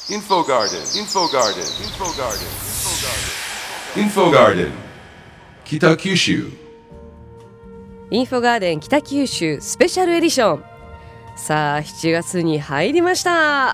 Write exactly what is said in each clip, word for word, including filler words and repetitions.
Info Garden, Info Garden, Info Garden, Info Garden, Kita Kyushu。 インフォガーデン北九州スペシャルエディション。さあしちがつに入りました。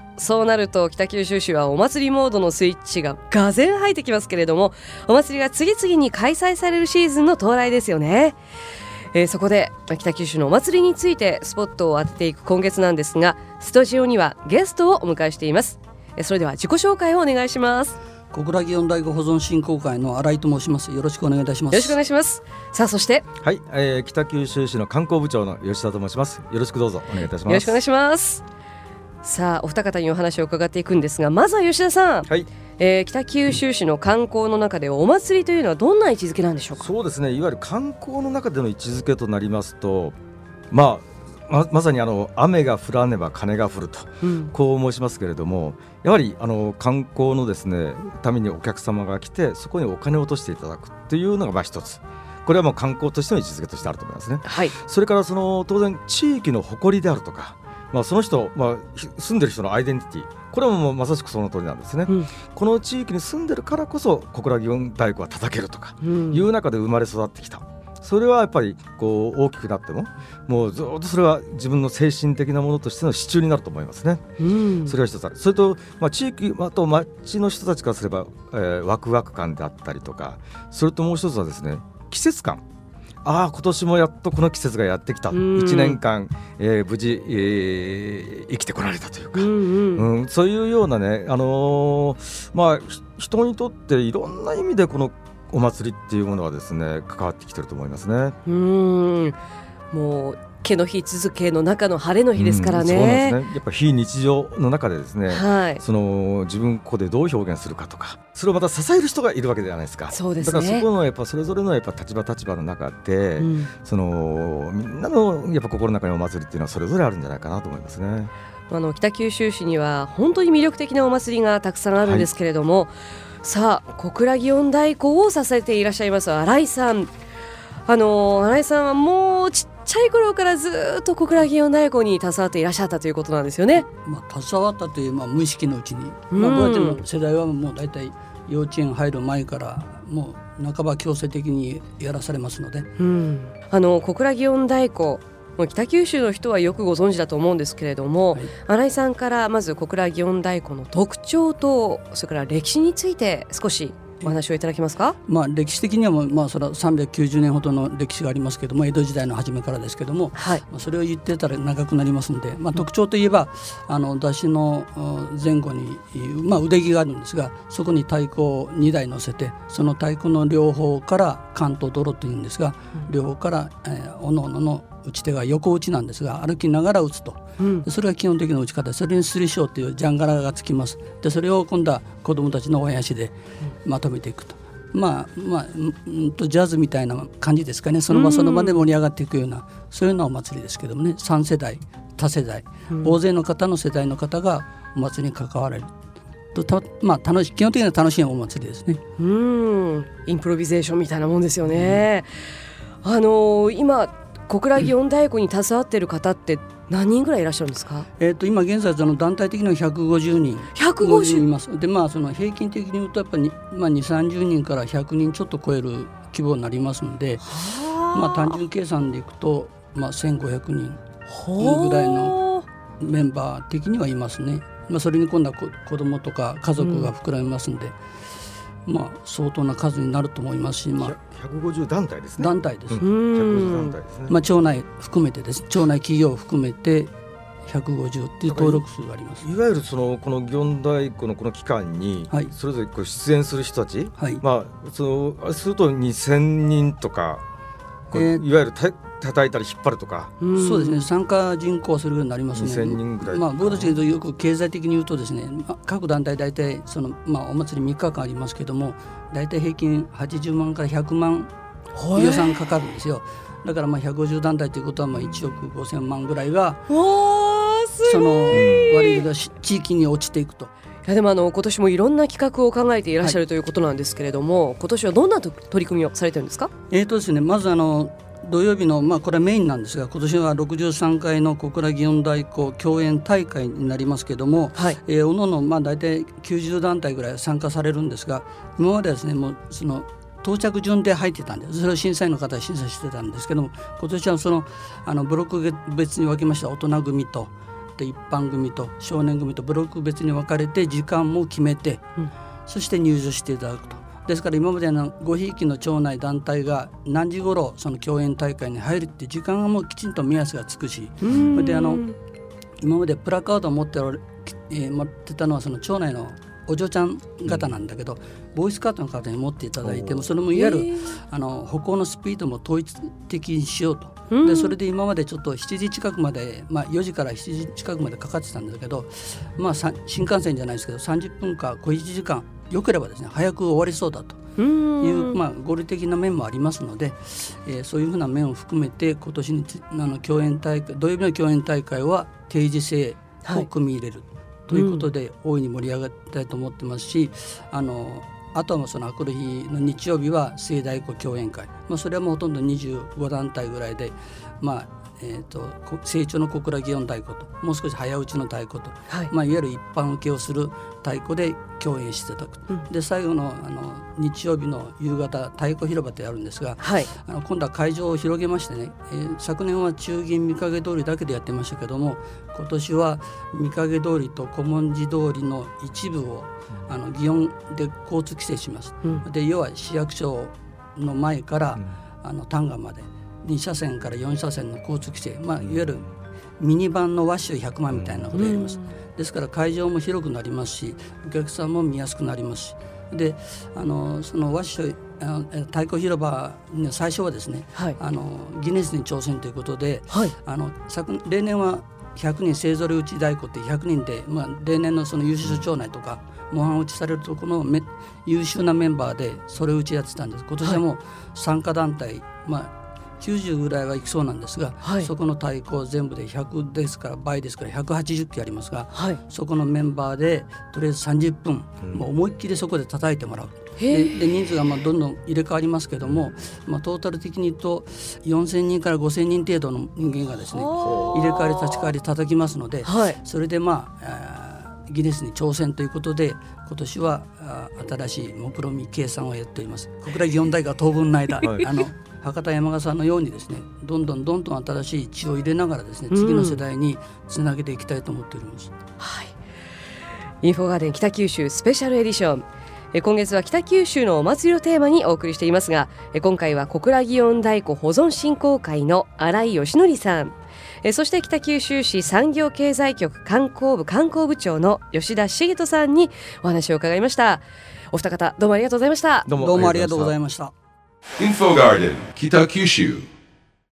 そうなると北九州市はお祭りモードのスイッチががぜん入ってきますけれども、お祭りが次々に開催されるシーズンの到来ですよね。えー、そこで北九州のお祭りについてスポットを当てていく今月なんですが、スタジオにはゲストをお迎えしています。それでは自己紹介をお願いします。 小倉祇園太鼓保存振興会の新井と申します。よろしくお願いいたします。 よろしくお願いします。さあそしてはい、えー、北九州市の観光部長の吉田と申します。よろしくどうぞお願いいたします。 よろしくお願いします。さあお二方にお話を伺っていくんですが、まずは吉田さん、 はい、 えー、北九州市の観光の中でお祭りというのはどんな位置づけなんでしょうか。 そうですね、いわゆる観光の中での位置づけとなりますと、まあま, まさにあの雨が降らねば金が降ると、うん、こう申しますけれども、やはりあの観光のですねためにお客様が来てそこにお金を落としていただくというのがまあ一つ、これはもう観光としての位置づけとしてあると思いますね、 はい、 それからその当然地域の誇りであるとか、まあ、その人、まあ、住んでる人のアイデンティティ、これももうまさしくその通りなんですね、うん、この地域に住んでるからこそ小倉祇園太鼓は叩けるとかいう中で生まれ育ってきた、うん、それはやっぱりこう大きくなってももうずっとそれは自分の精神的なものとしての支柱になると思いますね、うん、それが一つある。それと、まあ、地域あと町の人たちからすれば、えー、ワクワク感であったりとか、それともう一つはですね季節感、ああ今年もやっとこの季節がやってきた、うん、いちねんかん、えー、無事、えー、生きてこられたというか、うんうんうん、そういうようなね、あのーまあ、人にとっていろんな意味でこのお祭りっていうものはですね関わってきてると思いますね。 うーん、もう毛の日続けの中の晴れの日ですからね、 うん、そうなんですね。やっぱ非日常の中でですね、 はい、 その自分ここでどう表現するかとか、それをまた支える人がいるわけじゃないですか。 そうですね、 だからそこのやっぱそれぞれのやっぱ立場立場の中で、うん、そのみんなのやっぱ心の中にお祭りっていうのはそれぞれあるんじゃないかなと思いますね。 あの北九州市には本当に魅力的なお祭りがたくさんあるんですけれども、はい、さあ小倉祇園太鼓を支えていらっしゃいます新井さん、あの新井さんはもうちっちゃい頃からずっと小倉祇園太鼓に携わっていらっしゃったということなんですよね。 まあ、携わったという、まあ、無意識のうちに、まあ、僕たちの世代はもうだいたい幼稚園入る前からもう半ば強制的にやらされますので、 うん、あの小倉祇園太鼓、北九州の人はよくご存知だと思うんですけれども、はい、新井さんからまず小倉祇園太鼓の特徴とそれから歴史について少しお話をいただけますか。 まあ、歴史的にはもう、まあ、それはさんびゃくきゅうじゅうねんほどの歴史がありますけども、江戸時代の初めからですけども、はい、まあ、それを言ってたら長くなりますので、まあ、特徴といえばあの出しの前後に、まあ、腕木があるんですが、そこに太鼓をにだい乗せて、その太鼓の両方から関と泥というんですが、うん、両方から、えー、おのおのの打ち手が横打ちなんですが、歩きながら打つと、うん、それが基本的な打ち方。それにすりしょうというジャンガラがつきます。でそれを今度は子どもたちの親足でまとめていくと、まあまあ、うんとジャズみたいな感じですかね。その場その場で盛り上がっていくような、そういうようなお祭りですけどもね、さん世代多世代、うん、大勢の方の世代の方がお祭りに関われると、た、まあ、楽し基本的には楽しいお祭りですね。 うーん、インプロビゼーションみたいなもんですよね、うん、あのー、今小倉祇園太鼓に携わっている方って何人ぐらいいらっしゃるんですか。 えー、と今現在その団体的にはひゃくごじゅうにんひゃくごじゅういます。で、まあ、その平均的に言うとやっぱり、まあ、にじゅう、さんじゅうにんからひゃくにんちょっと超える規模になりますので、まあ、単純計算でいくと、まあ、せんごひゃくにんぐらいのメンバー的にはいますね。まあ、それに今度は子どもとか家族が膨らみますので、うん、まあ、相当な数になると思いますし、まあ、 ひゃくごじゅう団体ですね。 団体です、 うん、ひゃくごじゅう団体ですね。 まあ、町内含めてです。町内企業を含めてひゃくごじゅうっていう登録数があります。 いわゆるそのこの祇園太鼓のこの期間にそれぞれこう出演する人たち、はい、まあ、そのするとにせんにんとか、えー、いわゆるた叩いたり引っ張るとか、 うん、そうですね。参加人口はそれぐらいになりますね。 にせんにんぐらい、 まあ、僕たちがよく経済的に言うとですね、各団体大体その、まあ、お祭りみっかかんありますけども、大体平均はちじゅうまんからひゃくまん予算かかるんですよ。だからまあひゃくごじゅう団体ということはまあいちおくごせんまんぐらいがその割合が地域に落ちていくと。 いやでもあの今年もいろんな企画を考えていらっしゃるということなんですけれども、はい、今年はどんな取り組みをされてるんですか。 えーとですね、まずあの土曜日の、まあ、これはメインなんですが、今年はろくじゅうさんかいの小倉祇園太鼓競演大会になりますけども、はい、えー、おのの、まあ、大体きゅうじゅうだんたいぐらい参加されるんですが、今まではですね、もうその到着順で入ってたんで、それを審査員の方が審査してたんですけども、今年はそのあのブロック別に分けました。大人組とで一般組と少年組とブロック別に分かれて時間も決めて、うん、そして入場していただくと。ですから今までのごひいきの町内団体が何時頃その競演大会に入るって時間がもうきちんと目安がつくし、であの今までプラカードを持って、えー、持ってたのはその町内のお嬢ちゃん方なんだけど、ボーイスカートの方に持っていただいても、それもいわゆるあの歩行のスピードも統一的にしようと。でそれで今までちょっとしちじ近くまで、まあ、よじからしちじ近くまでかかってたんだけど、まあ、新幹線じゃないですけどさんじゅっぷんか小いちじかんよければですね早く終わりそうだという、まあ、合理的な面もありますので、えー、そういうふうな面を含めて今年にあの競演大会土曜日の競演大会は定時制を組み入れる、はい、ということで大いに盛り上がりたいと思ってますし、あのあとはそのあくる日の日曜日は盛大鼓競演会、まあ、それはもうほとんどにじゅうごだんたいぐらいで、まあえー、と成長の小倉祇園太鼓ともう少し早打ちの太鼓と、はい、まあ、いわゆる一般受けをする太鼓で競演していただく、うん、で最後 の, あの日曜日の夕方太鼓広場ってあるんですが、はい、あの今度は会場を広げましてね、えー、昨年は中銀御影通りだけでやってましたけども、今年は御影通りと小文字通りの一部をあの祇園で交通規制します、うん、で要は市役所の前から、うん、あの丹賀までにしゃせんからよんしゃせんの交通規制、まあ、いわゆるミニバンのワッシュひゃくまんみたいなことをやります、うん、ですから会場も広くなりますし、お客さんも見やすくなりますし、であのそのワッシュ太鼓広場の最初はですね、はい、あのギネスに挑戦ということで、はい、あの昨例年はひゃくにん勢ぞろい打ち太鼓ってひゃくにんで、まあ、例年のその優秀町内とか模範打ちされるところの優秀なメンバーでそれを打ちやってたんです。今年はもう参加団体、まあきゅうじゅうぐらいはいきそうなんですが、はい、そこの太鼓全部でひゃくですから倍ですからひゃくはちじゅっきありますが、はい、そこのメンバーでとりあえずさんじゅっぷん、うん、もう思いっきりそこで叩いてもらう。でで人数がまあどんどん入れ替わりますけども、まあ、トータル的に言うとよんせんにんからごせんにん程度の人間がですね入れ替わり立ち替わり叩きますので、はい、それでまあギネスに挑戦ということで今年は新しい目論見計算をやっております。小倉祇園太鼓が当分の間、はい、あの博多山賀さんのようにですねどんどんどんどん新しい血を入れながらですね、次の世代につなげていきたいと思っております、うん、 はい、インフォガーデン北九州スペシャルエディション、え今月は北九州のお祭りをテーマにお送りしていますが、え今回は小倉祇園太鼓保存振興会の新井義則さん、えそして北九州市産業経済局観光部観光部長の吉田茂人さんにお話を伺いました。お二方どうもありがとうございました。 どうもありがとうございました。 インフォガーデン北九州